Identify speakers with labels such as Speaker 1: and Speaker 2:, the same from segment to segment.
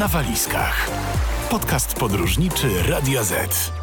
Speaker 1: na walizkach. Podcast podróżniczy Radia Z.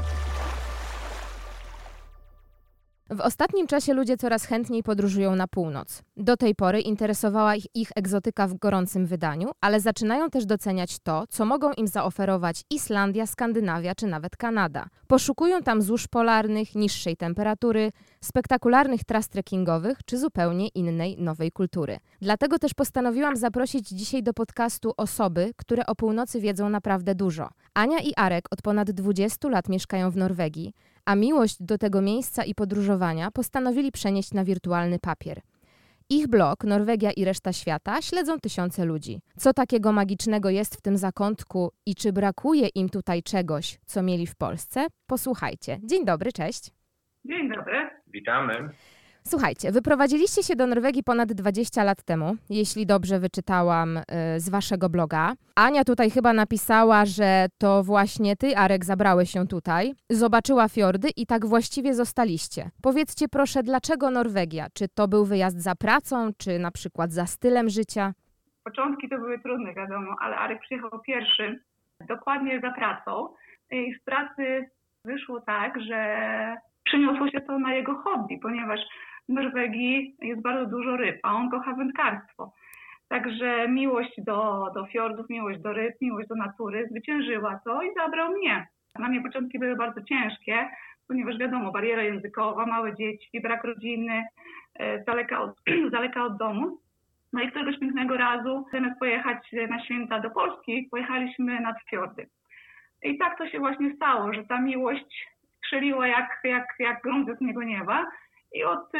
Speaker 2: W ostatnim czasie ludzie coraz chętniej podróżują na północ. Do tej pory interesowała ich egzotyka w gorącym wydaniu, ale zaczynają też doceniać to, co mogą im zaoferować Islandia, Skandynawia czy nawet Kanada. Poszukują tam złóż polarnych, niższej temperatury, spektakularnych tras trekkingowych czy zupełnie innej, nowej kultury. Dlatego też postanowiłam zaprosić dzisiaj do podcastu osoby, które o północy wiedzą naprawdę dużo. Ania i Arek od ponad 20 lat mieszkają w Norwegii, a miłość do tego miejsca i podróżowania postanowili przenieść na wirtualny papier. Ich blog Norwegia i reszta świata śledzą tysiące ludzi. Co takiego magicznego jest w tym zakątku i czy brakuje im tutaj czegoś, co mieli w Polsce? Posłuchajcie. Dzień dobry, cześć.
Speaker 3: Dzień dobry.
Speaker 4: Witamy.
Speaker 2: Słuchajcie, wyprowadziliście się do Norwegii ponad 20 lat temu, jeśli dobrze wyczytałam z waszego bloga. Ania tutaj chyba napisała, że to właśnie ty, Arek, zabrałeś się tutaj, zobaczyła fiordy i tak właściwie zostaliście. Powiedzcie proszę, dlaczego Norwegia? Czy to był wyjazd za pracą, czy na przykład za stylem życia?
Speaker 3: Początki to były trudne, wiadomo, ale Arek przyjechał pierwszy, dokładnie za pracą. I z pracy wyszło tak, że przyniosło się to na jego hobby, ponieważ w Norwegii jest bardzo dużo ryb, a on kocha wędkarstwo. Także miłość do fiordów, miłość do ryb, miłość do natury zwyciężyła to i zabrał mnie. Dla mnie początki były bardzo ciężkie, ponieważ wiadomo, bariera językowa, małe dzieci, brak rodziny, z daleka od domu. No i któregoś pięknego razu, zamiast pojechać na święta do Polski, pojechaliśmy nad fiordy. I tak to się właśnie stało, że ta miłość strzeliła jak grom ze samego nieba. I od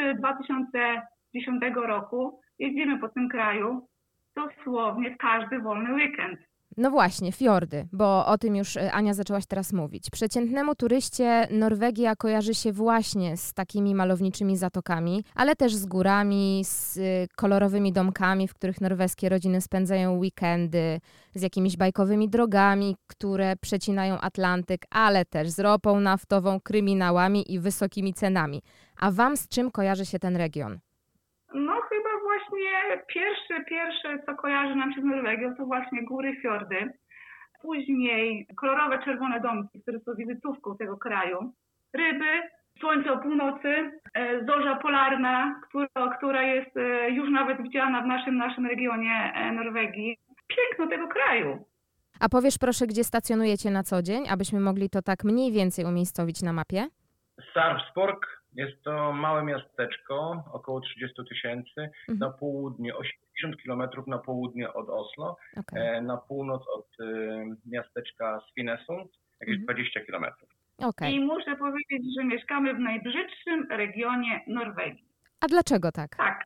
Speaker 3: 2010 roku jeździmy po tym kraju dosłownie w każdy wolny weekend.
Speaker 2: No właśnie, fiordy, bo o tym już Ania zaczęłaś teraz mówić. Przeciętnemu turyście Norwegia kojarzy się właśnie z takimi malowniczymi zatokami, ale też z górami, z kolorowymi domkami, w których norweskie rodziny spędzają weekendy, z jakimiś bajkowymi drogami, które przecinają Atlantyk, ale też z ropą naftową, kryminałami i wysokimi cenami. A wam z czym kojarzy się ten region?
Speaker 3: No chyba właśnie pierwsze, co kojarzy nam się z Norwegią, to właśnie góry, fiordy. Później kolorowe czerwone domki, które są wizytówką tego kraju. Ryby, słońce o północy, zorza polarna, która jest już nawet widziana w naszym regionie Norwegii. Piękno tego kraju.
Speaker 2: A powiesz proszę, gdzie stacjonujecie na co dzień, abyśmy mogli to tak mniej więcej umiejscowić na mapie?
Speaker 4: Sarpsborg. Jest to małe miasteczko, około 30 000, na południe, 80 km na południe od Oslo, na północ od miasteczka Svinesund, jakieś 20 km.
Speaker 2: Okay.
Speaker 3: I muszę powiedzieć, że mieszkamy w najbrzydszym regionie Norwegii.
Speaker 2: A dlaczego tak?
Speaker 3: Tak,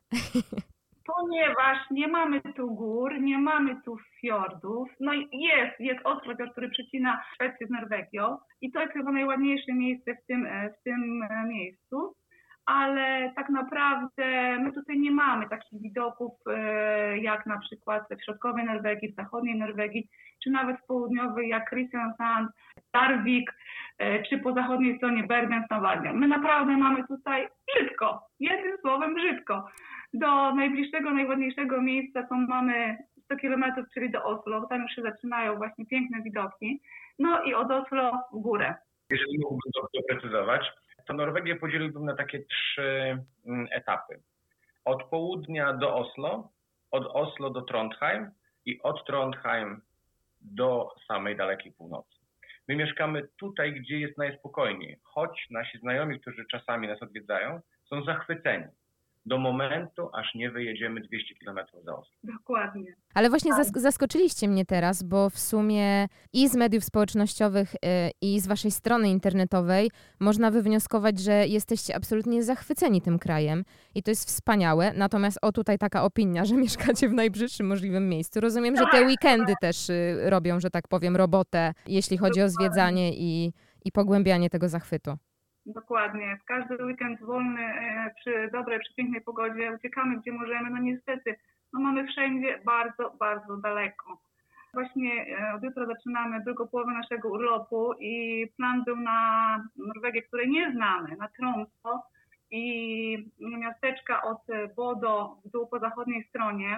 Speaker 3: ponieważ nie mamy tu gór, nie mamy tu fiordów. No i jest Oslofjord, który przecina Szwecję z Norwegią i to jest chyba najładniejsze miejsce w tym miejscu, ale tak naprawdę my tutaj nie mamy takich widoków jak na przykład w środkowej Norwegii, w zachodniej Norwegii, czy nawet w południowej jak Kristiansand, Larvik, czy po zachodniej stronie Bergen-Stavanger. My naprawdę mamy tutaj brzydko, jednym słowem brzydko. Do najbliższego, najładniejszego miejsca to mamy 100 km, czyli do Oslo. Tam już się zaczynają właśnie piękne widoki. No i od Oslo w górę.
Speaker 4: Jeżeli mógłbym to doprecyzować, to Norwegię podzieliłbym na takie 3 etapy. Od południa do Oslo, od Oslo do Trondheim i od Trondheim do samej dalekiej północy. My mieszkamy tutaj, gdzie jest najspokojniej, choć nasi znajomi, którzy czasami nas odwiedzają, są zachwyceni. Do momentu, aż nie wyjedziemy 200 km za Oslo.
Speaker 3: Dokładnie.
Speaker 2: Ale właśnie zaskoczyliście mnie teraz, bo w sumie i z mediów społecznościowych, i z waszej strony internetowej można wywnioskować, że jesteście absolutnie zachwyceni tym krajem i to jest wspaniałe. Natomiast tutaj taka opinia, że mieszkacie w najbrzydszym możliwym miejscu. Rozumiem, że te weekendy też robią, że tak powiem, robotę, jeśli chodzi o zwiedzanie i pogłębianie tego zachwytu.
Speaker 3: Dokładnie. W każdy weekend wolny, przy dobrej, przy pięknej pogodzie uciekamy gdzie możemy. No niestety, mamy wszędzie bardzo, bardzo daleko. Właśnie od jutra zaczynamy drugą połowę naszego urlopu i plan był na Norwegię, której nie znamy, na Tromsø i miasteczka od Bodo w dół po zachodniej stronie.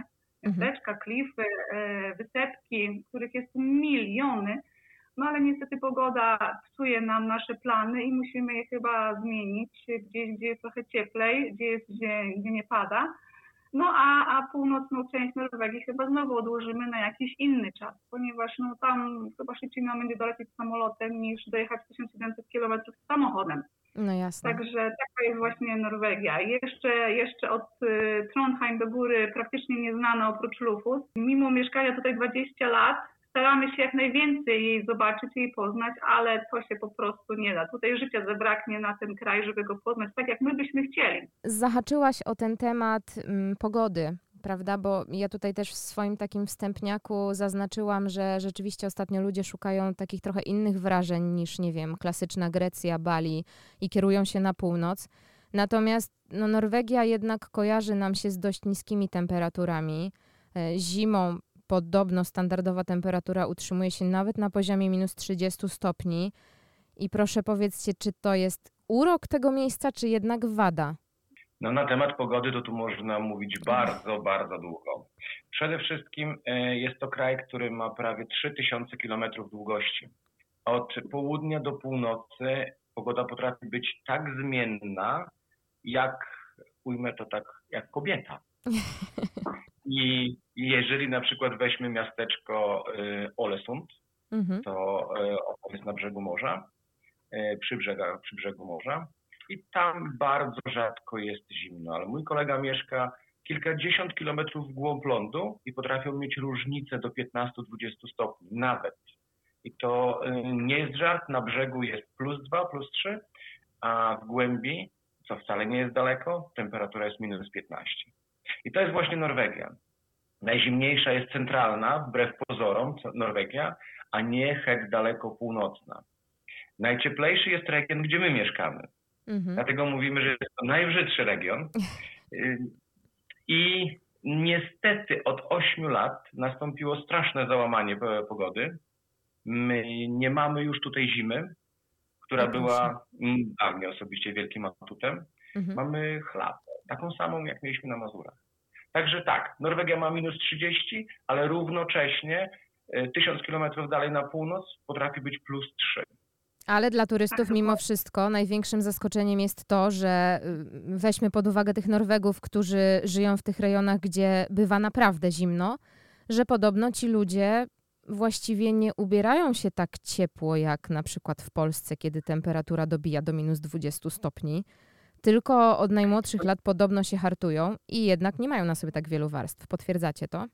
Speaker 3: miasteczka, klify, wysepki, których jest miliony, no ale niestety pogoda psuje nam nasze plany i musimy je chyba zmienić gdzieś, gdzie jest trochę cieplej, gdzie nie pada. No a północną część Norwegii chyba znowu odłożymy na jakiś inny czas, ponieważ no tam chyba szybciej nam będzie dolecieć samolotem niż dojechać 1700 km samochodem.
Speaker 2: No jasne.
Speaker 3: Także taka jest właśnie Norwegia. Jeszcze od Trondheim do góry praktycznie nieznana oprócz Lufus. Mimo mieszkania tutaj 20 lat staramy się jak najwięcej jej zobaczyć i jej poznać, ale to się po prostu nie da. Tutaj życia zabraknie na ten kraj, żeby go poznać tak, jak my byśmy chcieli.
Speaker 2: Zahaczyłaś o ten temat pogody, prawda? Bo ja tutaj też w swoim takim wstępniaku zaznaczyłam, że rzeczywiście ostatnio ludzie szukają takich trochę innych wrażeń niż, nie wiem, klasyczna Grecja, Bali i kierują się na północ. Natomiast no, Norwegia jednak kojarzy nam się z dość niskimi temperaturami. Zimą podobno standardowa temperatura utrzymuje się nawet na poziomie minus 30 stopni. I proszę powiedzcie, czy to jest urok tego miejsca, czy jednak wada?
Speaker 4: No na temat pogody to tu można mówić bardzo, bardzo długo. Przede wszystkim jest to kraj, który ma prawie 3000 km długości. Od południa do północy pogoda potrafi być tak zmienna, jak, ujmę to tak, jak kobieta. I jeżeli na przykład weźmy miasteczko Ålesund, to jest na brzegu morza, przy brzegu morza i tam bardzo rzadko jest zimno, ale mój kolega mieszka kilkadziesiąt kilometrów w głąb lądu i potrafią mieć różnicę do 15-20 stopni nawet. I to nie jest żart, na brzegu jest +2, +3, a w głębi, co wcale nie jest daleko, temperatura jest -15. I to jest właśnie Norwegia. Najzimniejsza jest centralna, wbrew pozorom, Norwegia, a nie het daleko północna. Najcieplejszy jest region, gdzie my mieszkamy. Dlatego mówimy, że jest to najbrzydszy region. I niestety od 8 lat nastąpiło straszne załamanie pogody. My nie mamy już tutaj zimy, która była dla mnie osobiście wielkim atutem. Mamy chlapę, taką samą jak mieliśmy na Mazurach. Także tak, Norwegia ma -30, ale równocześnie 1000 kilometrów dalej na północ potrafi być +3.
Speaker 2: Ale dla turystów mimo wszystko największym zaskoczeniem jest to, że weźmy pod uwagę tych Norwegów, którzy żyją w tych rejonach, gdzie bywa naprawdę zimno, że podobno ci ludzie właściwie nie ubierają się tak ciepło jak na przykład w Polsce, kiedy temperatura dobija do -20 stopni, tylko od najmłodszych lat podobno się hartują i jednak nie mają na sobie tak wielu warstw. Potwierdzacie to?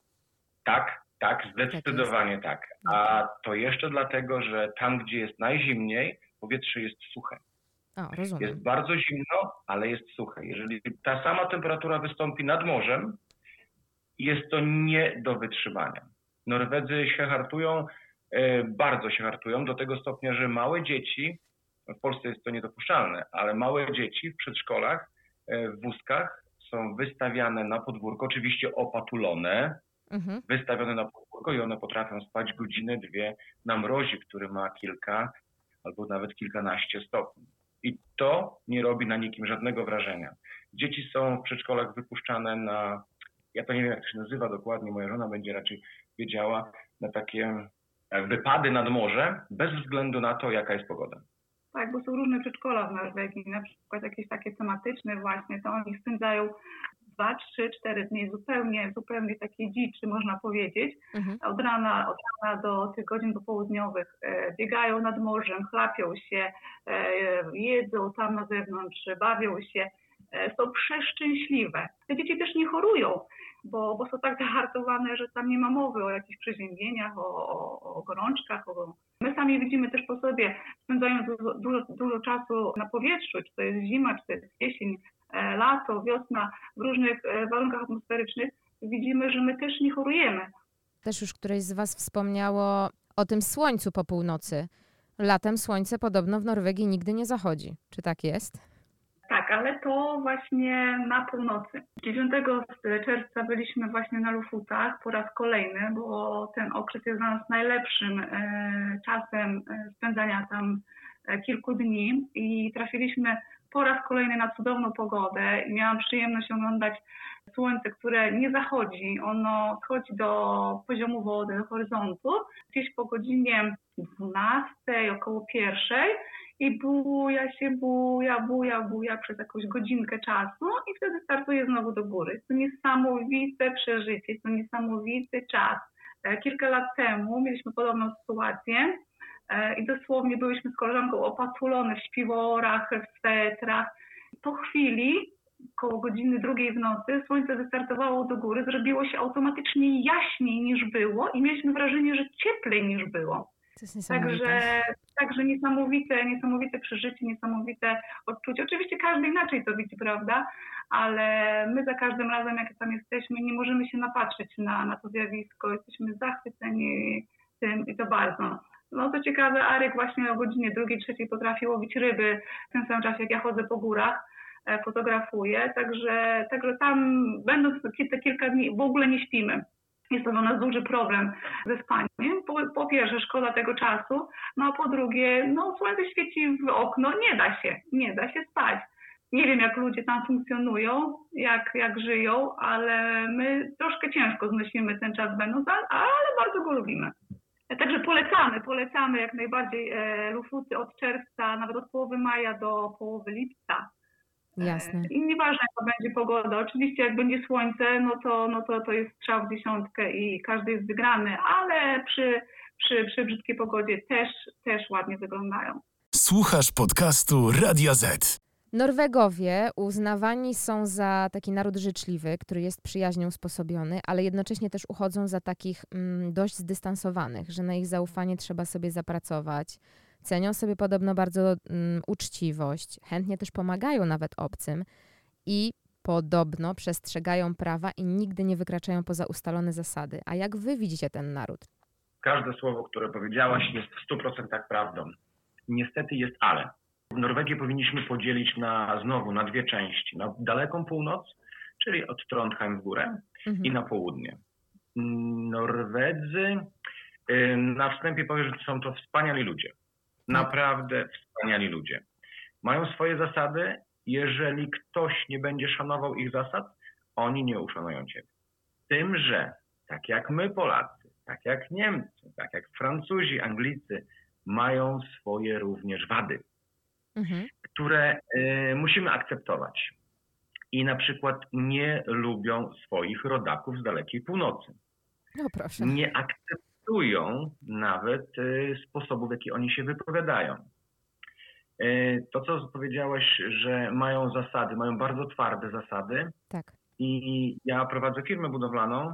Speaker 4: Tak, zdecydowanie tak. A to jeszcze dlatego, że tam, gdzie jest najzimniej, powietrze jest suche.
Speaker 2: O, rozumiem.
Speaker 4: Jest bardzo zimno, ale jest suche. Jeżeli ta sama temperatura wystąpi nad morzem, jest to nie do wytrzymania. Norwedzy się hartują, bardzo się hartują, do tego stopnia, że małe dzieci, w Polsce jest to niedopuszczalne, ale małe dzieci w przedszkolach, w wózkach są wystawiane na podwórko, oczywiście opatulone, wystawione na podwórko i one potrafią spać godzinę, dwie na mrozie, który ma kilka albo nawet kilkanaście stopni. I to nie robi na nikim żadnego wrażenia. Dzieci są w przedszkolach wypuszczane na, ja to nie wiem jak to się nazywa dokładnie, moja żona będzie raczej wiedziała, na takie wypady nad morze, bez względu na to, jaka jest pogoda.
Speaker 3: Tak, bo są różne przedszkola w Norwegii, na przykład jakieś takie tematyczne właśnie, to oni spędzają 2, 3, 4 dni zupełnie takie dziczy, można powiedzieć. Od rana do tych godzin popołudniowych biegają nad morzem, chlapią się, jedzą tam na zewnątrz, bawią się, są przeszczęśliwe. Te dzieci też nie chorują, bo są tak zahartowane, że tam nie ma mowy o jakichś przeziębieniach, o gorączkach. My sami widzimy też po sobie, spędzając dużo czasu na powietrzu, czy to jest zima, czy to jest jesień, lato, wiosna, w różnych warunkach atmosferycznych, widzimy, że my też nie chorujemy.
Speaker 2: Też już któreś z Was wspomniało o tym słońcu po północy. Latem słońce podobno w Norwegii nigdy nie zachodzi. Czy tak jest?
Speaker 3: Tak, ale to właśnie na północy. 9 czerwca byliśmy właśnie na Lofotach po raz kolejny, bo ten okres jest dla nas najlepszym czasem spędzania tam kilku dni i trafiliśmy po raz kolejny na cudowną pogodę i miałam przyjemność oglądać słońce, które nie zachodzi, ono schodzi do poziomu wody, do horyzontu, gdzieś po godzinie 12, około 1 i buja przez jakąś godzinkę czasu i wtedy startuje znowu do góry. Jest to niesamowite przeżycie, jest to niesamowity czas. Kilka lat temu mieliśmy podobną sytuację i dosłownie byliśmy z koleżanką opatulone w śpiworach, w swetrach. Po chwili, koło godziny 2 w nocy, słońce wystartowało do góry, zrobiło się automatycznie jaśniej niż było i mieliśmy wrażenie, że cieplej niż było.
Speaker 2: To jest niesamowite.
Speaker 3: Także niesamowite przeżycie, niesamowite odczucie. Oczywiście każdy inaczej to widzi, prawda? Ale my za każdym razem, jak tam jesteśmy, nie możemy się napatrzeć na to zjawisko. Jesteśmy zachwyceni tym i to bardzo. No to ciekawe, Arek właśnie o godzinie 2, 3 potrafi łowić ryby w tym samym czasie, jak ja chodzę po górach, fotografuję. Także tam, będąc te kilka dni, w ogóle nie śpimy. Jest to dla nas duży problem ze spaniem. Po pierwsze, szkoda tego czasu, no a po drugie, no słońce świeci w okno, nie da się spać. Nie wiem, jak ludzie tam funkcjonują, jak żyją, ale my troszkę ciężko znosimy ten czas będąc, ale bardzo go lubimy. Także polecamy jak najbardziej Lofoty od czerwca, nawet od połowy maja do połowy lipca.
Speaker 2: Jasne.
Speaker 3: I nieważne, jaka będzie pogoda. Oczywiście jak będzie słońce, no to jest strzał w dziesiątkę i każdy jest wygrany, ale przy brzydkiej pogodzie też ładnie wyglądają.
Speaker 1: Słuchasz podcastu Radia Z.
Speaker 2: Norwegowie uznawani są za taki naród życzliwy, który jest przyjaźnią usposobiony, ale jednocześnie też uchodzą za takich dość zdystansowanych, że na ich zaufanie trzeba sobie zapracować. Cenią sobie podobno bardzo uczciwość, chętnie też pomagają nawet obcym i podobno przestrzegają prawa i nigdy nie wykraczają poza ustalone zasady. A jak wy widzicie ten naród?
Speaker 4: Każde słowo, które powiedziałaś, jest w 100% prawdą. Niestety jest ale. Norwegię powinniśmy podzielić na 2 części. Na daleką północ, czyli od Trondheim w górę i na południe. Norwedzy, na wstępie powiem, że są to wspaniali ludzie. Naprawdę wspaniali ludzie. Mają swoje zasady. Jeżeli ktoś nie będzie szanował ich zasad, oni nie uszanują ciebie. Tym, że tak jak my Polacy, tak jak Niemcy, tak jak Francuzi, Anglicy, mają swoje również wady, które musimy akceptować. I na przykład nie lubią swoich rodaków z dalekiej północy.
Speaker 2: No proszę.
Speaker 4: Nie akceptują nawet sposobów, w jaki oni się wypowiadają. To, co powiedziałaś, że mają zasady, mają bardzo twarde zasady.
Speaker 2: Tak.
Speaker 4: I ja prowadzę firmę budowlaną,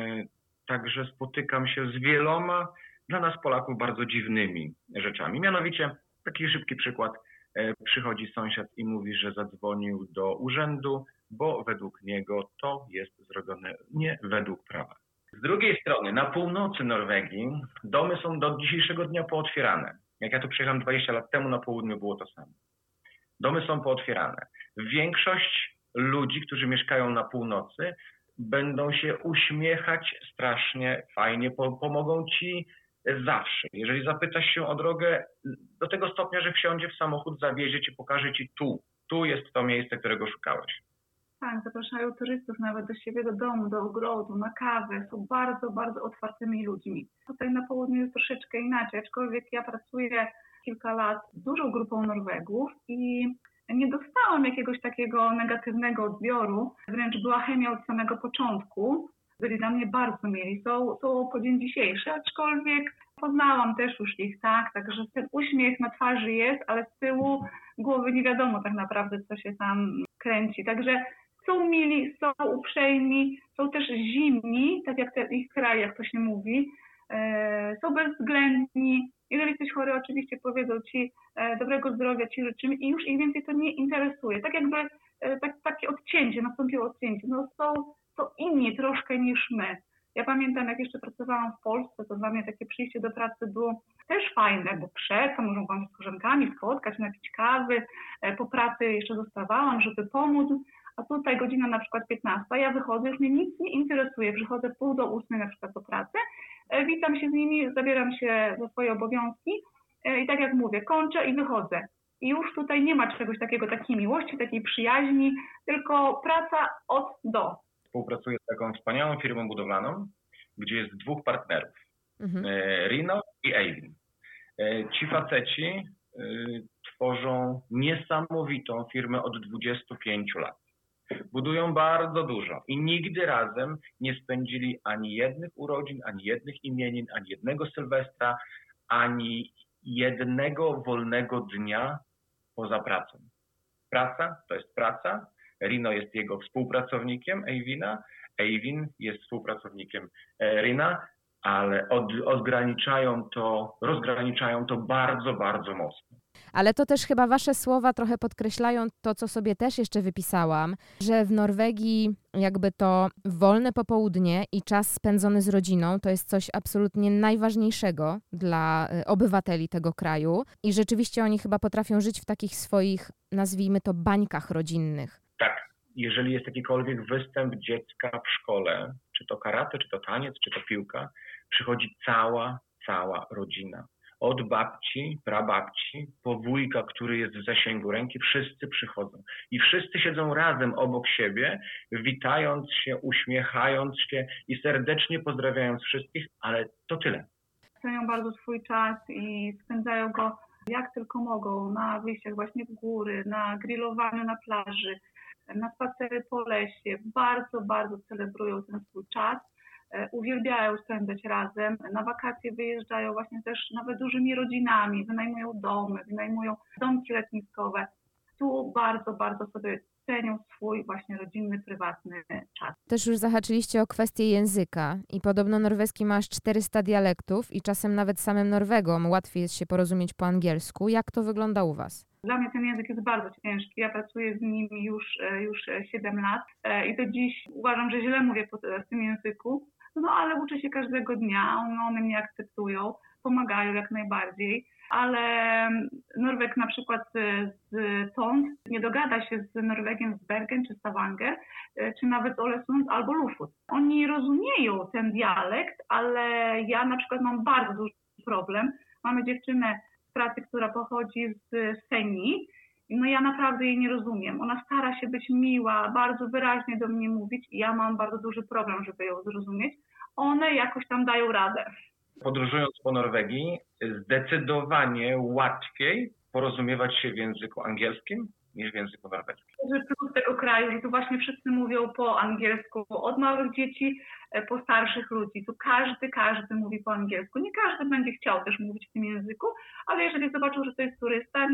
Speaker 4: także spotykam się z wieloma dla nas Polaków bardzo dziwnymi rzeczami. Mianowicie, taki szybki przykład, przychodzi sąsiad i mówi, że zadzwonił do urzędu, bo według niego to jest zrobione nie według prawa. Z drugiej strony, na północy Norwegii domy są do dzisiejszego dnia pootwierane. Jak ja tu przyjechałem 20 lat temu, na południu było to samo. Domy są pootwierane. Większość ludzi, którzy mieszkają na północy, będą się uśmiechać strasznie fajnie, pomogą ci zawsze. Jeżeli zapytasz się o drogę, do tego stopnia, że wsiądzie w samochód, zawiezie cię, pokaże ci tu jest to miejsce, którego szukałeś.
Speaker 3: Tak, zapraszają turystów nawet do siebie, do domu, do ogrodu, na kawę. Są bardzo, bardzo otwartymi ludźmi. Tutaj na południu jest troszeczkę inaczej, aczkolwiek ja pracuję kilka lat z dużą grupą Norwegów i nie dostałam jakiegoś takiego negatywnego odbioru. Wręcz była chemia od samego początku. Byli dla mnie bardzo mieli. Są po dzień dzisiejszy, aczkolwiek poznałam też już ich, tak? Także ten uśmiech na twarzy jest, ale z tyłu głowy nie wiadomo tak naprawdę, co się tam kręci. Także są mili, są uprzejmi, są też zimni, tak jak w ich krajach, jak to się mówi. Są bezwzględni. Jeżeli jesteś chory, oczywiście powiedzą ci dobrego zdrowia, ci życzymy i już ich więcej to nie interesuje. Tak jakby takie odcięcie, nastąpiło odcięcie. No są inni troszkę niż my. Ja pamiętam, jak jeszcze pracowałam w Polsce, to dla mnie takie przyjście do pracy było też fajne, bo mogą pan się z koleżankami spotkać, napić kawy. Po pracy jeszcze zostawałam, żeby pomóc. A tutaj godzina na przykład 15, ja wychodzę, już mnie nic nie interesuje, przychodzę 7:30 na przykład do pracy, witam się z nimi, zabieram się za swoje obowiązki i tak jak mówię, kończę i wychodzę. I już tutaj nie ma czegoś takiego, takiej miłości, takiej przyjaźni, tylko praca od do.
Speaker 4: współpracuję z taką wspaniałą firmą budowlaną, gdzie jest 2 partnerów, Rino i Eivin. Ci faceci tworzą niesamowitą firmę od 25 lat. Budują bardzo dużo i nigdy razem nie spędzili ani jednych urodzin, ani jednych imienin, ani jednego Sylwestra, ani jednego wolnego dnia poza pracą. Praca to jest praca. Rino jest jego współpracownikiem Eivina, Eivin jest współpracownikiem Rina, ale rozgraniczają to bardzo, bardzo mocno.
Speaker 2: Ale to też chyba wasze słowa trochę podkreślają to, co sobie też jeszcze wypisałam, że w Norwegii jakby to wolne popołudnie i czas spędzony z rodziną to jest coś absolutnie najważniejszego dla obywateli tego kraju i rzeczywiście oni chyba potrafią żyć w takich swoich, nazwijmy to, bańkach rodzinnych.
Speaker 4: Tak, jeżeli jest jakikolwiek występ dziecka w szkole, czy to karate, czy to taniec, czy to piłka, przychodzi cała rodzina. Od babci, prababci, po wujka, który jest w zasięgu ręki, wszyscy przychodzą. I wszyscy siedzą razem obok siebie, witając się, uśmiechając się i serdecznie pozdrawiając wszystkich, ale to tyle.
Speaker 3: Cenią bardzo swój czas i spędzają go jak tylko mogą, na wyjściach właśnie w góry, na grillowaniu na plaży, na spacery po lesie. Bardzo, bardzo celebrują ten swój czas. Uwielbiają spędzać razem. Na wakacje wyjeżdżają właśnie też nawet dużymi rodzinami, wynajmują domy, wynajmują domki letniskowe. Tu bardzo, bardzo sobie cenią swój właśnie rodzinny, prywatny czas.
Speaker 2: Też już zahaczyliście o kwestię języka i podobno norweski ma aż 400 dialektów i czasem nawet samym Norwegom łatwiej jest się porozumieć po angielsku. Jak to wygląda u was?
Speaker 3: Dla mnie ten język jest bardzo ciężki. Ja pracuję z nim już 7 lat i do dziś uważam, że źle mówię w tym języku. No ale uczę się każdego dnia, one mnie akceptują, pomagają jak najbardziej, ale Norweg na przykład z Tond nie dogada się z Norwegiem z Bergen czy Stavanger, czy nawet z Ålesund albo Lufut. Oni rozumieją ten dialekt, ale ja na przykład mam bardzo duży problem. Mamy dziewczynę z pracy, która pochodzi z Feni. No ja naprawdę jej nie rozumiem. Ona stara się być miła, bardzo wyraźnie do mnie mówić i ja mam bardzo duży problem, żeby ją zrozumieć. One jakoś tam dają radę.
Speaker 4: Podróżując po Norwegii, zdecydowanie łatwiej porozumiewać się w języku angielskim niż w języku norweskim.
Speaker 3: Plus tego kraju, że tu właśnie wszyscy mówią po angielsku, od małych dzieci po starszych ludzi. Tu każdy mówi po angielsku. Nie każdy będzie chciał też mówić w tym języku, ale jeżeli zobaczył, że to jest turysta,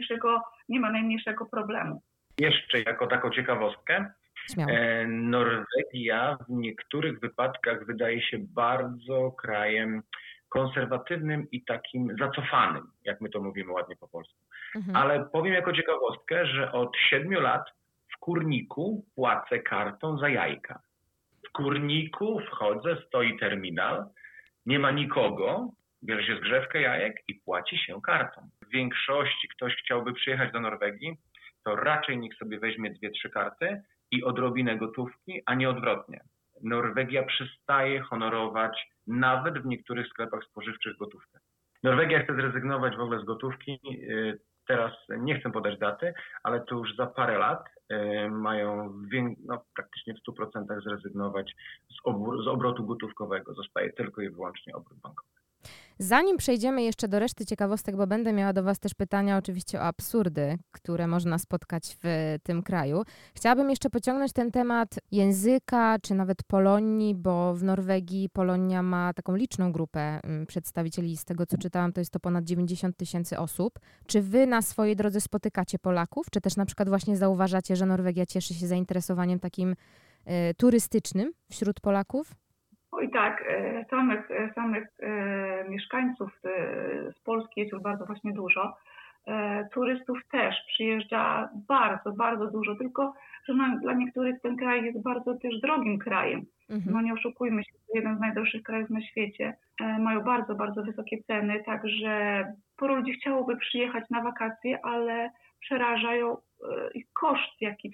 Speaker 3: nie ma najmniejszego problemu.
Speaker 4: Jeszcze jako taką ciekawostkę,
Speaker 2: Śmiało.
Speaker 4: Norwegia w niektórych wypadkach wydaje się bardzo krajem konserwatywnym i takim zacofanym, jak my to mówimy ładnie po polsku. Ale powiem jako ciekawostkę, że od 7 lat w kurniku płacę kartą za jajka. W kurniku wchodzę, stoi terminal, nie ma nikogo, bierze się zgrzewkę jajek i płaci się kartą. W większości ktoś chciałby przyjechać do Norwegii, to raczej niech sobie weźmie 2-3 karty i odrobinę gotówki, a nie odwrotnie. Norwegia przestaje honorować nawet w niektórych sklepach spożywczych gotówkę. Norwegia chce zrezygnować w ogóle z gotówki. Teraz nie chcę podać daty, ale to już za parę lat mają praktycznie w 100% zrezygnować z obrotu gotówkowego. Zostaje tylko i wyłącznie obrót bankowy.
Speaker 2: Zanim przejdziemy jeszcze do reszty ciekawostek, bo będę miała do was też pytania oczywiście o absurdy, które można spotkać w tym kraju, chciałabym jeszcze pociągnąć ten temat języka, czy nawet Polonii, bo w Norwegii Polonia ma taką liczną grupę przedstawicieli. Z tego, co czytałam, to jest to ponad 90 000 osób. Czy wy na swojej drodze spotykacie Polaków, czy też na przykład właśnie zauważacie, że Norwegia cieszy się zainteresowaniem takim turystycznym wśród Polaków?
Speaker 3: Oj tak, samych mieszkańców z Polski jest już bardzo właśnie dużo. Turystów też przyjeżdża bardzo, bardzo dużo, tylko że dla niektórych ten kraj jest bardzo też drogim krajem. No nie oszukujmy się, to jeden z najdroższych krajów na świecie. Mają bardzo, bardzo wysokie ceny, także sporo ludzi chciałoby przyjechać na wakacje, ale przerażają ich jakie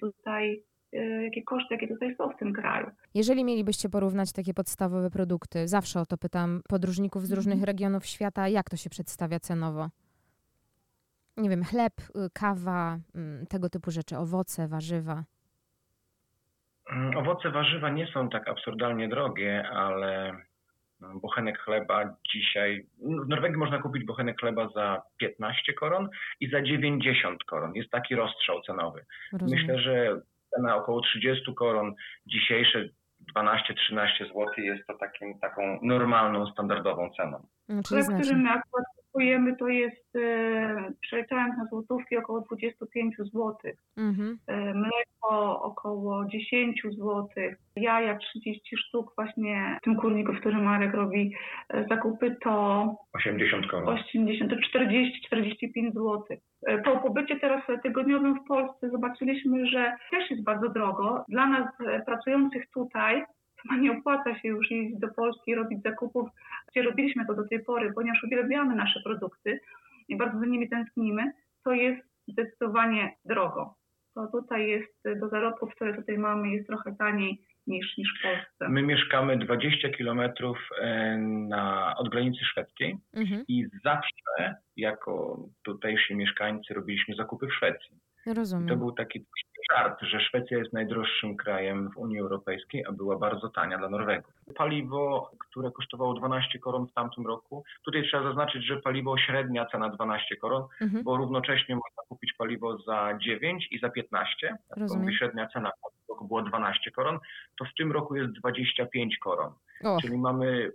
Speaker 3: koszty są w tym kraju.
Speaker 2: Jeżeli mielibyście porównać takie podstawowe produkty, zawsze o to pytam podróżników z różnych regionów świata, jak to się przedstawia cenowo? Nie wiem, chleb, kawa, tego typu rzeczy, owoce, warzywa.
Speaker 4: Owoce, warzywa nie są tak absurdalnie drogie, ale bochenek chleba dzisiaj... W Norwegii można kupić bochenek chleba za 15 koron i za 90 koron. Jest taki rozstrzał cenowy.
Speaker 2: Rozumiem.
Speaker 4: Myślę, że cena około 30 koron, dzisiejsze 12-13 zł jest to taką normalną, standardową ceną.
Speaker 2: Czyli
Speaker 3: Chleb, który
Speaker 2: znacznie.
Speaker 3: my akurat kupujemy, to jest, przeliczając na złotówki, około 25 zł.
Speaker 2: Mhm.
Speaker 3: Mleko około 10 zł. Jaja 30 sztuk właśnie w tym kurniku, w którym Marek robi zakupy, to
Speaker 4: 80 koron.
Speaker 3: 80, to 40-45 zł. Po pobycie teraz tygodniowym w Polsce zobaczyliśmy, że też jest bardzo drogo. Dla nas pracujących tutaj chyba nie opłaca się już jeździć do Polski i robić zakupów, gdzie robiliśmy to do tej pory, ponieważ uwielbiamy nasze produkty i bardzo za nimi tęsknimy. To jest zdecydowanie drogo. To tutaj jest do zarobków, które tutaj mamy, jest trochę taniej niż w Polsce.
Speaker 4: My mieszkamy 20 kilometrów od granicy szwedzkiej i zawsze jako tutejsi mieszkańcy robiliśmy zakupy w Szwecji.
Speaker 2: Rozumiem.
Speaker 4: To był taki żart, że Szwecja jest najdroższym krajem w Unii Europejskiej, a była bardzo tania dla Norwegów. Paliwo, które kosztowało 12 koron w tamtym roku, tutaj trzeba zaznaczyć, że paliwo średnia cena 12 koron, bo równocześnie można kupić paliwo za 9 i za 15.
Speaker 2: Rozumiem.
Speaker 4: Średnia cena w tamtym roku była 12 koron, to w tym roku jest 25 koron.
Speaker 2: Och.
Speaker 4: Czyli mamy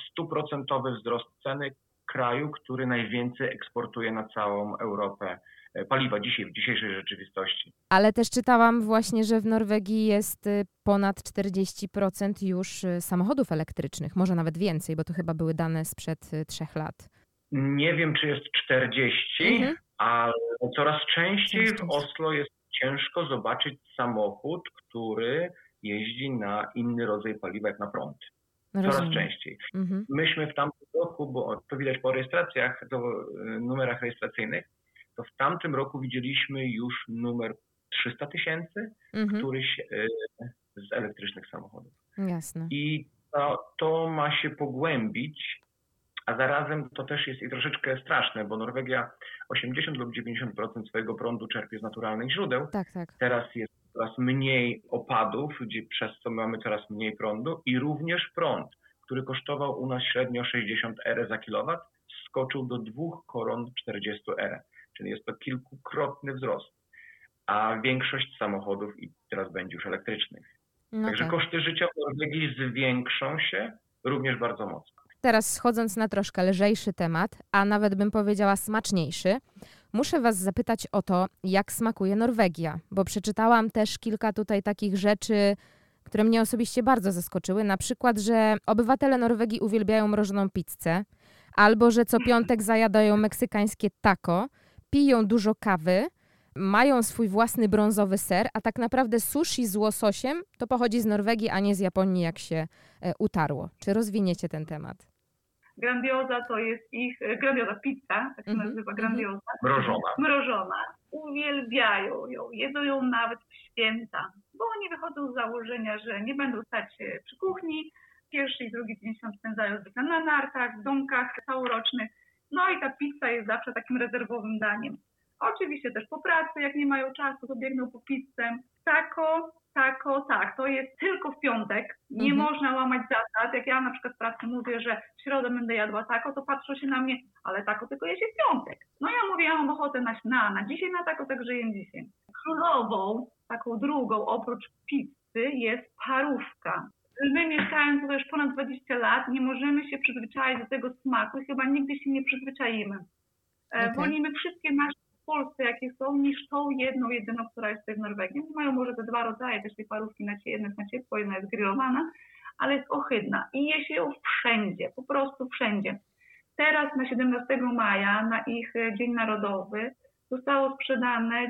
Speaker 4: 100% wzrost ceny kraju, który najwięcej eksportuje na całą Europę paliwa w dzisiejszej rzeczywistości.
Speaker 2: Ale też czytałam właśnie, że w Norwegii jest ponad 40% już samochodów elektrycznych, może nawet więcej, bo to chyba były dane sprzed 3 lat.
Speaker 4: Nie wiem, czy jest 40, ale coraz częściej w Oslo jest ciężko zobaczyć samochód, który jeździ na inny rodzaj paliwa jak na prąd. Coraz częściej. Myśmy w tamtym roku, bo to widać po rejestracjach, numerach rejestracyjnych, to w tamtym roku widzieliśmy już numer 300 000, któryś z elektrycznych samochodów.
Speaker 2: Jasne.
Speaker 4: I to ma się pogłębić, a zarazem to też jest i troszeczkę straszne, bo Norwegia 80 lub 90% swojego prądu czerpie z naturalnych źródeł.
Speaker 2: Tak.
Speaker 4: Teraz jest coraz mniej opadów, przez co mamy coraz mniej prądu i również prąd, który kosztował u nas średnio 60 eur za kilowat, skoczył do 2 koron 40 eur. Czyli jest to kilkukrotny wzrost, a większość samochodów i teraz będzie już elektrycznych. Także koszty życia w Norwegii zwiększą się również bardzo mocno.
Speaker 2: Teraz schodząc na troszkę lżejszy temat, a nawet bym powiedziała smaczniejszy, muszę Was zapytać o to, jak smakuje Norwegia, bo przeczytałam też kilka tutaj takich rzeczy, które mnie osobiście bardzo zaskoczyły. Na przykład, że obywatele Norwegii uwielbiają mrożoną pizzę, albo że co piątek zajadają meksykańskie taco, piją dużo kawy, mają swój własny brązowy ser, a tak naprawdę sushi z łososiem to pochodzi z Norwegii, a nie z Japonii, jak się utarło. Czy rozwiniecie ten temat?
Speaker 3: Grandioza to jest ich, grandioza pizza, tak się nazywa, grandioza. Mrożona. Uwielbiają ją, jedzą ją nawet w święta, bo oni wychodzą z założenia, że nie będą stać się przy kuchni. Pierwszy i drugi dzień świąt spędzają zwykle na nartach, w domkach całorocznych. No i ta pizza jest zawsze takim rezerwowym daniem. Oczywiście też po pracy, jak nie mają czasu, to biegną po pizzę. Taco, to jest tylko w piątek. Nie można łamać zasad. Jak ja na przykład w pracy mówię, że w środę będę jadła taco, to patrzą się na mnie, ale taco tylko je się w piątek. No ja mówię, ja mam ochotę na dzisiaj na taco, także jem dzisiaj. Królową, taką drugą oprócz pizzy jest parówka. My mieszkając tutaj już ponad 20 lat, nie możemy się przyzwyczaić do tego smaku i chyba nigdy się nie przyzwyczaimy. Wolimy wszystkie nasze w Polsce, jakie są, niż tą jedyną, która jest tutaj w Norwegii. Mają może te 2 rodzaje też tej parówki, jedna jest na ciepło, jedna jest grillowana, ale jest ohydna i je się ją wszędzie, po prostu wszędzie. Teraz na 17 maja, na ich Dzień Narodowy, zostało sprzedane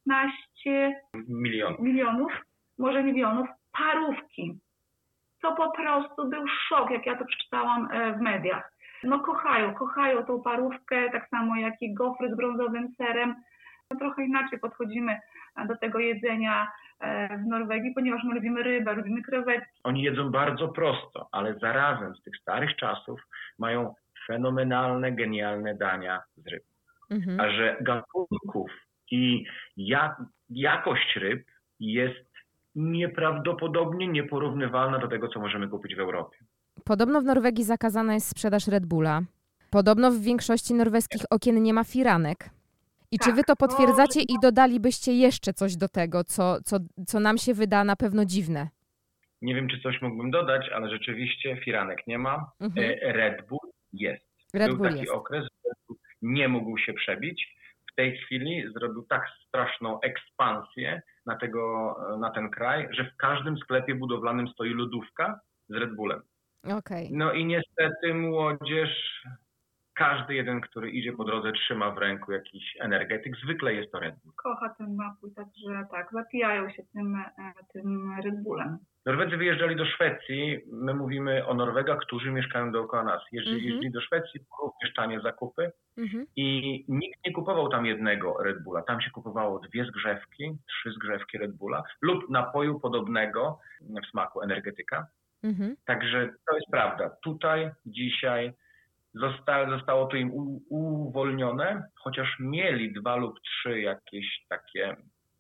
Speaker 3: 19 milionów, może milionów, parówki. To po prostu był szok, jak ja to przeczytałam w mediach. No kochają tą parówkę, tak samo jak i gofry z brązowym serem. No, trochę inaczej podchodzimy do tego jedzenia w Norwegii, ponieważ my lubimy rybę, lubimy krewetki.
Speaker 4: Oni jedzą bardzo prosto, ale zarazem z tych starych czasów mają fenomenalne, genialne dania z ryb. A że gatunków i jakość ryb jest nieprawdopodobnie nieporównywalna do tego, co możemy kupić w Europie.
Speaker 2: Podobno w Norwegii zakazana jest sprzedaż Red Bulla. Podobno w większości norweskich okien nie ma firanek. I czy wy to potwierdzacie i dodalibyście jeszcze coś do tego, co nam się wyda na pewno dziwne?
Speaker 4: Nie wiem, czy coś mógłbym dodać, ale rzeczywiście firanek nie ma. Red Bull jest. Był taki okres, że Red Bull nie mógł się przebić. W tej chwili zrobił tak straszną ekspansję na ten kraj, że w każdym sklepie budowlanym stoi lodówka z Red Bullem.
Speaker 2: Okay.
Speaker 4: No i niestety młodzież, każdy jeden, który idzie po drodze, trzyma w ręku jakiś energetyk. Zwykle jest to Red Bull.
Speaker 3: Kocha ten napój, także tak, zapijają się tym Red Bullem.
Speaker 4: Norwedzy wyjeżdżali do Szwecji, my mówimy o Norwegach, którzy mieszkają dookoła nas. Jeździli do Szwecji, również tanie zakupy i nikt nie kupował tam jednego Red Bulla. Tam się kupowało 2 zgrzewki, 3 zgrzewki Red Bulla lub napoju podobnego w smaku energetyka. Także to jest prawda. Tutaj dzisiaj zostało to im uwolnione, chociaż mieli 2 lub 3 jakieś takie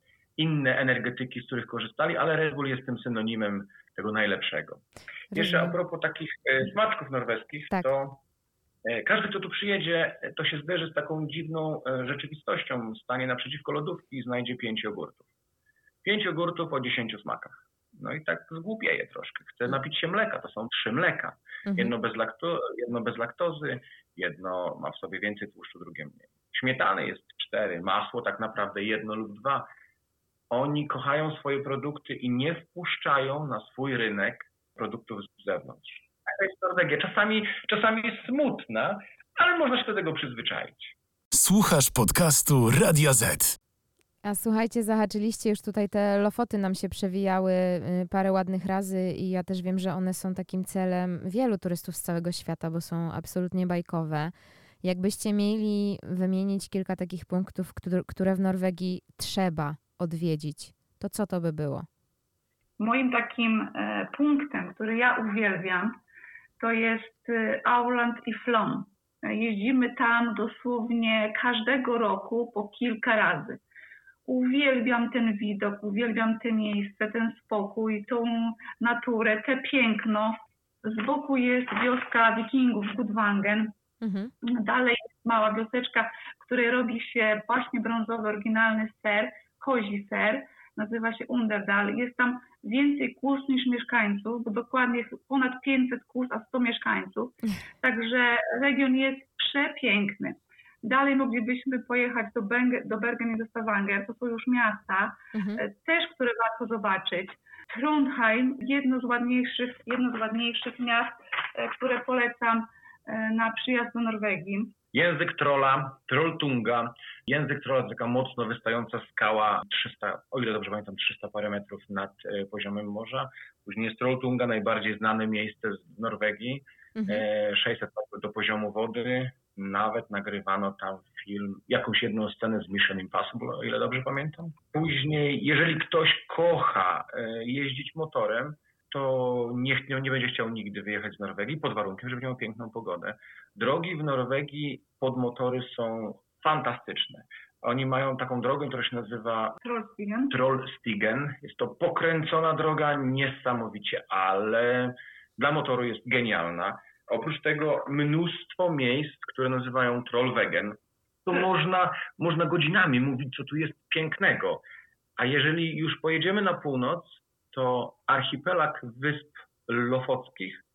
Speaker 4: inne energetyki, z których korzystali, ale Red Bull jest tym synonimem tego najlepszego. Jeszcze a propos takich smaczków norweskich, to każdy, kto tu przyjedzie, to się zderzy z taką dziwną rzeczywistością. Stanie naprzeciwko lodówki i znajdzie 5 jogurtów. 5 jogurtów o 10 smakach. No i tak zgłupieje troszkę. Chce napić się mleka, to są 3 mleka. Jedno bez laktozy, jedno ma w sobie więcej tłuszczu, drugie mniej. Śmietany jest 4, masło tak naprawdę 1 lub 2. Oni kochają swoje produkty i nie wpuszczają na swój rynek produktów z zewnątrz. Taka jest Norwegia. Czasami jest smutna, ale można się do tego przyzwyczaić.
Speaker 1: Słuchasz podcastu Radia Z.
Speaker 2: A słuchajcie, zahaczyliście już tutaj, te Lofoty nam się przewijały parę ładnych razy i ja też wiem, że one są takim celem wielu turystów z całego świata, bo są absolutnie bajkowe. Jakbyście mieli wymienić kilka takich punktów, które w Norwegii trzeba odwiedzić, to co to by było?
Speaker 3: Moim takim punktem, który ja uwielbiam, to jest Auland i Flåm. Jeździmy tam dosłownie każdego roku po kilka razy. Uwielbiam ten widok, uwielbiam te miejsce, ten spokój, tą naturę, te piękno. Z boku jest wioska wikingów Gudvangen. Dalej jest mała wioseczka, w której robi się właśnie brązowy, oryginalny ser, kozi ser. Nazywa się Underdal. Jest tam więcej kóz niż mieszkańców, bo dokładnie jest ponad 500 kóz, a 100 mieszkańców. Także region jest przepiękny. Dalej moglibyśmy pojechać do Bergen i do Stavanger. To są już miasta, też które warto zobaczyć. Trondheim, jedno z ładniejszych miast, które polecam na przyjazd do Norwegii.
Speaker 4: Język trolla, Trolltunga. Język trolla to taka mocno wystająca skała, 300, o ile dobrze pamiętam, 300 parę metrów nad poziomem morza. Później jest Trolltunga, najbardziej znane miejsce w Norwegii, 600 metrów do poziomu wody. Nawet nagrywano tam film, jakąś jedną scenę z Mission Impossible, o ile dobrze pamiętam. Później, jeżeli ktoś kocha jeździć motorem, to nie będzie chciał nigdy wyjechać z Norwegii, pod warunkiem, że będzie miał piękną pogodę. Drogi w Norwegii pod motory są fantastyczne. Oni mają taką drogę, która się nazywa Trollstigen. Jest to pokręcona droga, niesamowicie, ale dla motoru jest genialna. Oprócz tego mnóstwo miejsc, które nazywają Trollvegen. To można godzinami mówić, co tu jest pięknego. A jeżeli już pojedziemy na północ, to archipelag Wysp Lofockich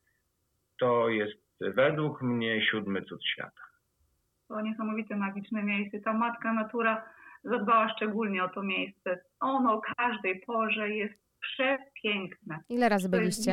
Speaker 4: to jest według mnie 7. cud świata.
Speaker 3: To niesamowite, magiczne miejsce. Ta matka natura zadbała szczególnie o to miejsce. Ono o każdej porze jest przepiękne.
Speaker 2: Ile razy byliście?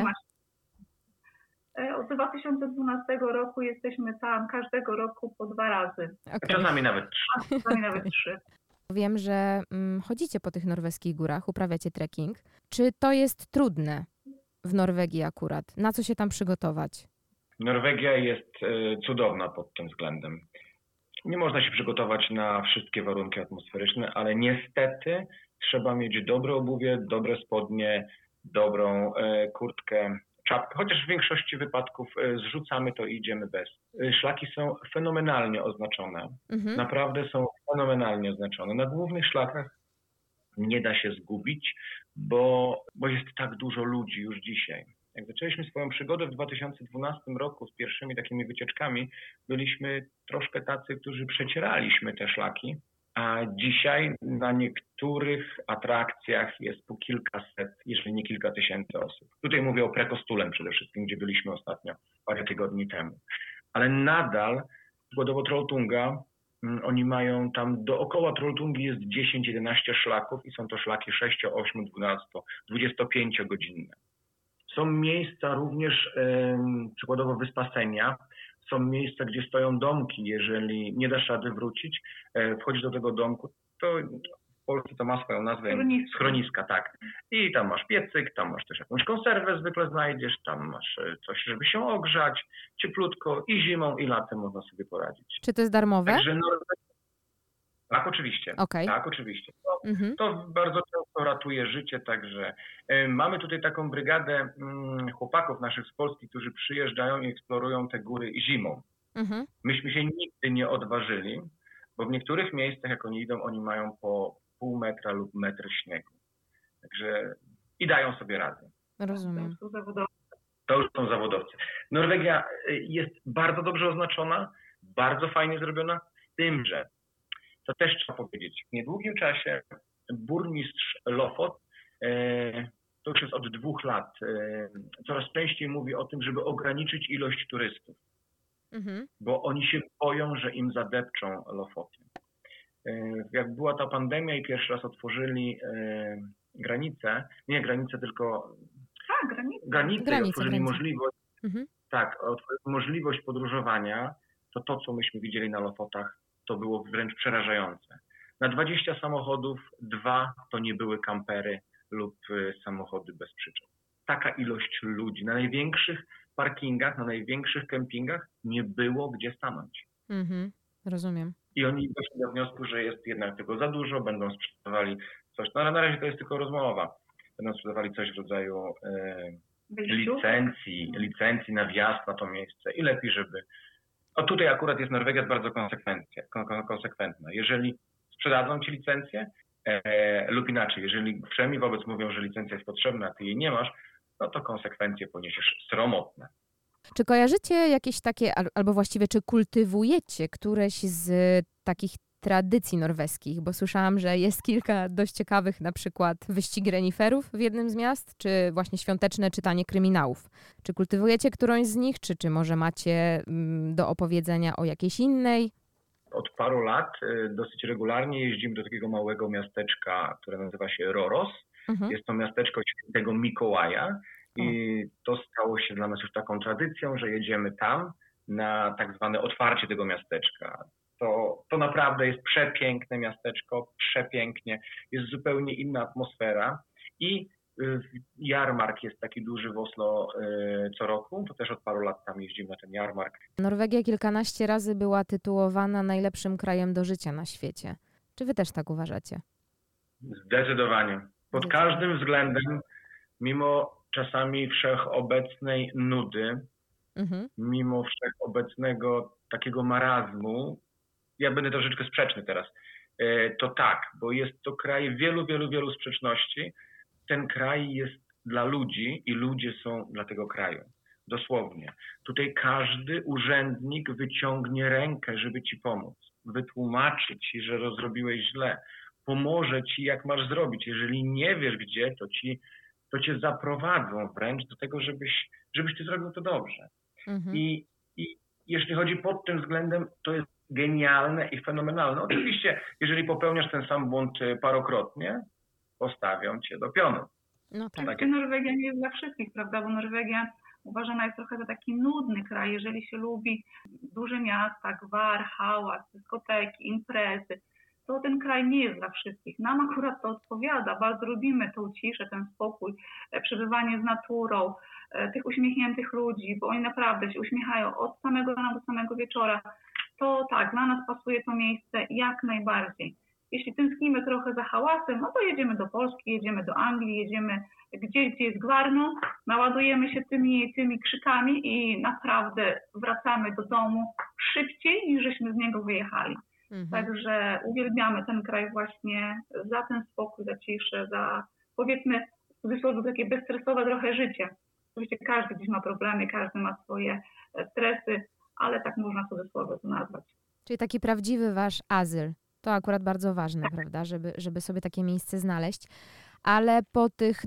Speaker 3: Od 2012 roku jesteśmy tam każdego roku po 2 razy.
Speaker 4: Okay. Czasami nawet 3.
Speaker 2: Wiem, że chodzicie po tych norweskich górach, uprawiacie trekking. Czy to jest trudne w Norwegii akurat? Na co się tam przygotować?
Speaker 4: Norwegia jest cudowna pod tym względem. Nie można się przygotować na wszystkie warunki atmosferyczne, ale niestety trzeba mieć dobre obuwie, dobre spodnie, dobrą kurtkę, czapkę. Chociaż w większości wypadków zrzucamy to i idziemy bez. Szlaki są fenomenalnie oznaczone. Naprawdę są fenomenalnie oznaczone. Na głównych szlakach nie da się zgubić, bo jest tak dużo ludzi już dzisiaj. Jak zaczęliśmy swoją przygodę w 2012 roku z pierwszymi takimi wycieczkami, byliśmy troszkę tacy, którzy przecieraliśmy te szlaki, a dzisiaj na niektórych atrakcjach jest po kilkaset, jeżeli nie kilka tysięcy osób. Tutaj mówię o Prekostulem przede wszystkim, gdzie byliśmy ostatnio parę tygodni temu. Ale nadal przykładowo Trolltunga, oni mają tam dookoła Trolltungi jest 10-11 szlaków i są to szlaki 6, 8, 12, 25 godzinne. Są miejsca również, przykładowo Wyspa Senia, są miejsca, gdzie stoją domki, jeżeli nie dasz rady wrócić, wchodzisz do tego domku, to w Polsce to ma swoją nazwę, schroniska, tak. I tam masz piecyk, tam masz też jakąś konserwę zwykle znajdziesz, tam masz coś, żeby się ogrzać, cieplutko i zimą i latem można sobie poradzić.
Speaker 2: Czy to jest darmowe?
Speaker 4: Także tak, oczywiście.
Speaker 2: Okay.
Speaker 4: Tak, oczywiście. To bardzo często ratuje życie, także mamy tutaj taką brygadę chłopaków naszych z Polski, którzy przyjeżdżają i eksplorują te góry zimą. Myśmy się nigdy nie odważyli, bo w niektórych miejscach, jak oni idą, oni mają po pół metra lub metr śniegu. Także i dają sobie radę.
Speaker 2: Rozumiem.
Speaker 4: To już są zawodowcy. Norwegia jest bardzo dobrze oznaczona, bardzo fajnie zrobiona, z tym, że to też trzeba powiedzieć. W niedługim czasie burmistrz Lofot, to już jest od 2 lat, coraz częściej mówi o tym, żeby ograniczyć ilość turystów. Bo oni się boją, że im zadepczą Lofoty. Jak była ta pandemia i pierwszy raz otworzyli granice, nie granice, tylko granice otworzyli możliwość, możliwość podróżowania, to co myśmy widzieli na Lofotach, to było wręcz przerażające. Na 20 samochodów 2 to nie były kampery lub samochody bez przyczep. Taka ilość ludzi. Na największych parkingach, na największych kempingach nie było gdzie stanąć.
Speaker 2: Rozumiem.
Speaker 4: I oni doszli do wniosku, że jest jednak tego za dużo, będą sprzedawali coś. No ale na razie to jest tylko rozmowa. Będą sprzedawali coś w rodzaju licencji na wjazd na to miejsce i lepiej, żeby... tutaj akurat jest Norwegia bardzo konsekwentna. Jeżeli sprzedadzą ci licencję lub inaczej, jeżeli wszemi wobec mówią, że licencja jest potrzebna, a ty jej nie masz, no to konsekwencje poniesiesz sromotne.
Speaker 2: Czy kojarzycie jakieś takie, albo właściwie czy kultywujecie któreś z takich tradycji norweskich? Bo słyszałam, że jest kilka dość ciekawych, na przykład wyścigi reniferów w jednym z miast, czy właśnie świąteczne czytanie kryminałów. Czy kultywujecie którąś z nich, czy może macie do opowiedzenia o jakiejś innej?
Speaker 4: Od paru lat dosyć regularnie jeździmy do takiego małego miasteczka, które nazywa się Røros. Jest to miasteczko świętego Mikołaja i to stało się dla nas już taką tradycją, że jedziemy tam na tak zwane otwarcie tego miasteczka. To naprawdę jest przepiękne miasteczko, przepięknie, jest zupełnie inna atmosfera i jarmark jest taki duży w Oslo co roku, to też od paru lat tam jeździmy na ten jarmark.
Speaker 2: Norwegia kilkanaście razy była tytułowana najlepszym krajem do życia na świecie. Czy wy też tak uważacie?
Speaker 4: Zdecydowanie. Pod każdym względem, mimo czasami wszechobecnej nudy, mimo wszechobecnego takiego marazmu, ja będę troszeczkę sprzeczny teraz, to tak, bo jest to kraj wielu sprzeczności. Ten kraj jest dla ludzi i ludzie są dla tego kraju. Dosłownie. Tutaj każdy urzędnik wyciągnie rękę, żeby ci pomóc. Wytłumaczy ci, że zrobiłeś źle. Pomoże ci, jak masz zrobić. Jeżeli nie wiesz gdzie, to cię zaprowadzą wręcz do tego, żebyś ty zrobił to dobrze. I jeśli chodzi pod tym względem, to jest genialne i fenomenalne. Oczywiście, jeżeli popełniasz ten sam błąd parokrotnie, postawią cię do pionu.
Speaker 2: No tak.
Speaker 3: Norwegia nie jest dla wszystkich, prawda? Bo Norwegia uważana jest trochę za taki nudny kraj. Jeżeli się lubi duże miasta, gwar, hałas, dyskoteki, imprezy, to ten kraj nie jest dla wszystkich. Nam akurat to odpowiada. Bardzo lubimy tą ciszę, ten spokój, przebywanie z naturą, tych uśmiechniętych ludzi, bo oni naprawdę się uśmiechają od samego rana do samego wieczora. To tak, dla nas pasuje to miejsce jak najbardziej. Jeśli tęsknimy trochę za hałasem, no to jedziemy do Polski, jedziemy do Anglii, jedziemy gdzieś, gdzie jest gwarno, naładujemy się tymi krzykami i naprawdę wracamy do domu szybciej, niż żeśmy z niego wyjechali. Także uwielbiamy ten kraj właśnie za ten spokój, za ciszę, powiedzmy w cudzysłowie takie bezstresowe trochę życie. Oczywiście każdy gdzieś ma problemy, każdy ma swoje stresy, ale tak można w cudzysłowie to nazwać.
Speaker 2: Czyli taki prawdziwy wasz azyl. To akurat bardzo ważne, prawda, żeby sobie takie miejsce znaleźć. Ale po tych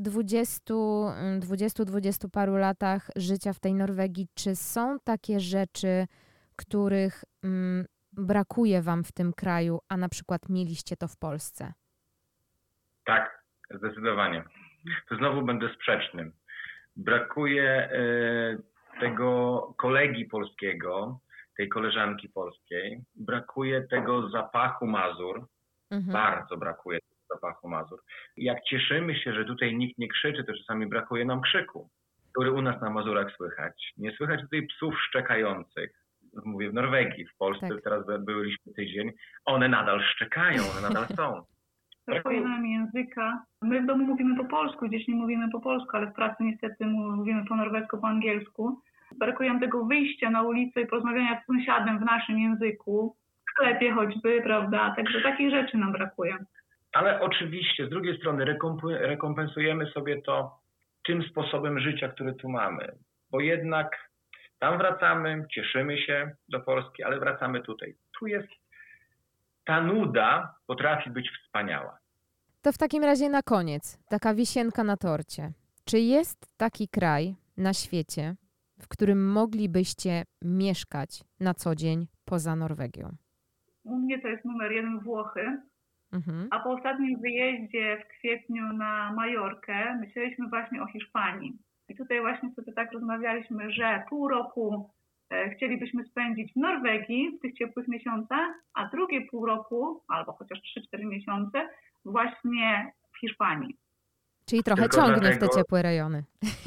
Speaker 2: 20 paru latach życia w tej Norwegii, czy są takie rzeczy, których brakuje wam w tym kraju, a na przykład mieliście to w Polsce?
Speaker 4: Tak, zdecydowanie. To znowu będę sprzecznym. Brakuje tego kolegi polskiego, tej koleżanki polskiej. Brakuje tego zapachu Mazur. Bardzo brakuje tego zapachu Mazur. Jak cieszymy się, że tutaj nikt nie krzyczy, to czasami brakuje nam krzyku, który u nas na Mazurach słychać. Nie słychać tutaj psów szczekających. Mówię w Norwegii, w Polsce tak. Teraz byliśmy tydzień. One nadal szczekają, one nadal są.
Speaker 3: Brakuje nam języka. My w domu mówimy po polsku, gdzieś nie mówimy po polsku, ale w pracy niestety mówimy po norwesku, po angielsku. Brakuje nam tego wyjścia na ulicę i porozmawiania z sąsiadem w naszym języku, w sklepie choćby, prawda? Także takich rzeczy nam brakuje.
Speaker 4: Ale oczywiście z drugiej strony rekompensujemy sobie to tym sposobem życia, który tu mamy. Bo jednak tam wracamy, cieszymy się do Polski, ale wracamy tutaj. Tu jest ta nuda potrafi być wspaniała.
Speaker 2: To w takim razie na koniec, taka wisienka na torcie. Czy jest taki kraj na świecie, w którym moglibyście mieszkać na co dzień poza Norwegią?
Speaker 3: U mnie to jest numer 1 Włochy, a po ostatnim wyjeździe w kwietniu na Majorkę myśleliśmy właśnie o Hiszpanii. I tutaj właśnie sobie tak rozmawialiśmy, że pół roku chcielibyśmy spędzić w Norwegii w tych ciepłych miesiącach, a drugie pół roku, albo chociaż 3-4 miesiące właśnie w Hiszpanii.
Speaker 2: Czyli trochę ciągnie w te ciepłe rejony.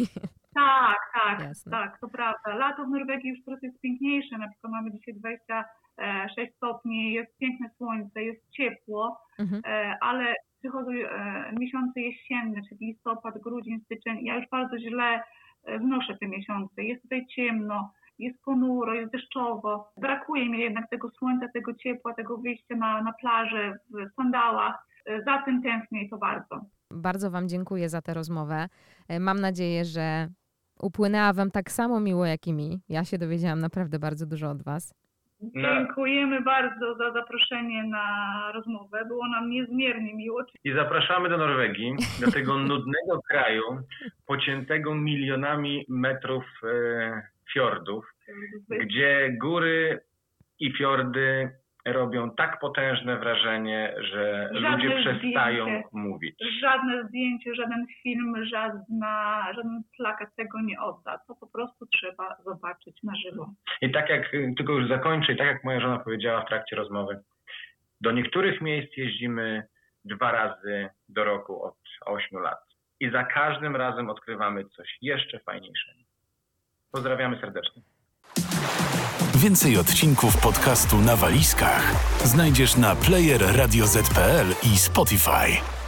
Speaker 3: Tak, to prawda. Lato w Norwegii już trochę jest piękniejsze, na przykład mamy dzisiaj 26 stopni, jest piękne słońce, jest ciepło, ale przychodzą miesiące jesienne, czyli listopad, grudzień, styczeń. Ja już bardzo źle znoszę te miesiące. Jest tutaj ciemno, jest ponuro, jest deszczowo. Brakuje mi jednak tego słońca, tego ciepła, tego wyjścia na plażę w sandałach. Za tym tęsknię i to bardzo.
Speaker 2: Bardzo wam dziękuję za tę rozmowę. Mam nadzieję, że upłynęła wam tak samo miło jak i mi. Ja się dowiedziałam naprawdę bardzo dużo od was.
Speaker 3: Dziękujemy bardzo za zaproszenie na rozmowę. Było nam niezmiernie miło.
Speaker 4: I zapraszamy do Norwegii, do tego nudnego kraju, pociętego milionami metrów fiordów, gdzie góry i fiordy robią tak potężne wrażenie, że ludzie przestają mówić.
Speaker 3: Żadne zdjęcie, żaden film, żaden plakat tego nie odda. To po prostu trzeba zobaczyć na żywo.
Speaker 4: I tak jak, tylko już zakończę, i tak jak moja żona powiedziała w trakcie rozmowy, do niektórych miejsc jeździmy 2 razy do roku od 8 lat. I za każdym razem odkrywamy coś jeszcze fajniejszego. Pozdrawiamy serdecznie.
Speaker 1: Więcej odcinków podcastu Na Walizkach znajdziesz na player Radio ZPL i Spotify.